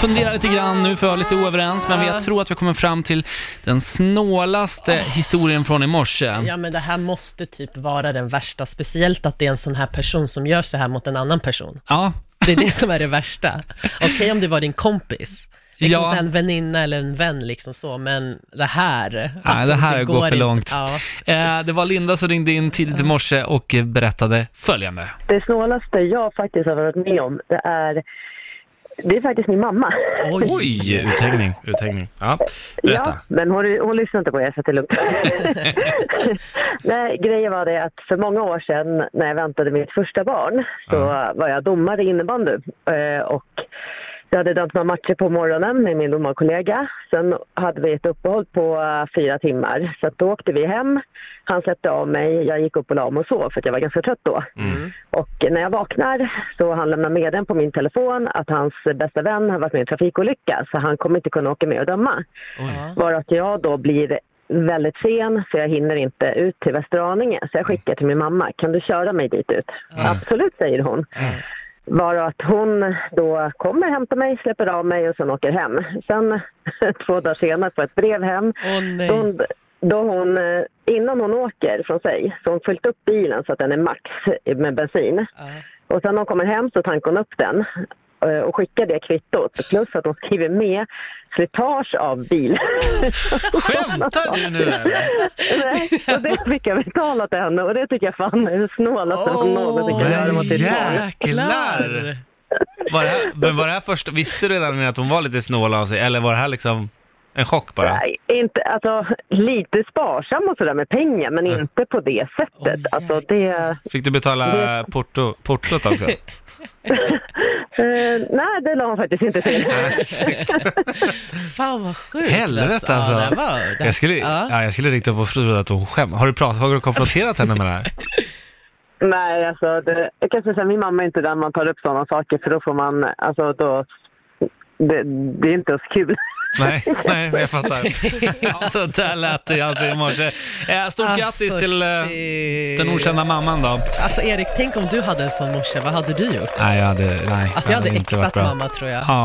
funderar lite grann nu för jag är lite oöverens, men jag tror att vi kommer fram till den snålaste historien från i morse. Ja, men det här måste typ vara den värsta, speciellt att det är en sån här person som gör så här mot en annan person. Ja. Det är det som är det värsta. Okej, om det var din kompis. Liksom så en väninna eller en vän liksom så, men det här... Alltså, det här går för långt. Ja. Det var Linda som ringde in tidigt i morse och berättade följande. Det snålaste jag faktiskt har varit med om, det är faktiskt min mamma. Oj, uthängning. Ja, berätta. Ja, men hon lyssnar inte på er, så det är lugnt. Nej, grejen var det att för många år sedan när jag väntade mitt första barn så var jag domare i innebandy och jag hade dömt några matcher på morgonen med min domarkollega. Sen hade vi ett uppehåll på 4 timmar. Så då åkte vi hem. Han släppte av mig. Jag gick upp och la mig och sov för att jag var ganska trött då. Och när jag vaknar så han lämnar meddelanden på min telefon att hans bästa vän har varit med i en trafikolycka. Så han kommer inte kunna åka med och döma. Var att jag då blir väldigt sen så jag hinner inte ut till Västerhaninge. Så jag skickar till min mamma. Kan du köra mig dit ut? Absolut, säger hon. Var att hon då kommer hämta mig, släpper av mig och sen åker hem. Sen 2 dagar senare får ett brev hem. Då hon, innan hon åker från sig, så hon fyllt upp bilen så att den är max med bensin. Och sen när hon kommer hem så tankar hon upp den och skickar det kvittot. Plus att hon skriver med slitage av bil. Skämtar du nu? Nej, och det fick jag betala till henne. Och det tycker jag fan är snålast som någon kan göra mot sitt barn. Jäklar! Var det här först, visste du redan att hon var lite snål av sig? Eller var det här liksom en chock bara? Nej, inte, alltså lite sparsam och sådär med pengar, men inte på det sättet. Alltså det... Fick du betala portot också? Nej, det la hon faktiskt inte till. Fan vad sjukt. Helvete alltså. Jag skulle rikta upp och tro att hon skäm. Har du konfronterat henne med det här? Nej, alltså jag kan säga att min mamma är inte den man tar upp sådana saker, för då får man, alltså då det är inte så kul. Nej, jag fattar. Så där lät det alltså i morse. Stort grattis till den okända mamman då. Alltså Erik, tänk om du hade en sån morse, vad hade du gjort? Nej, jag hade jag hade exakt mamma, tror jag.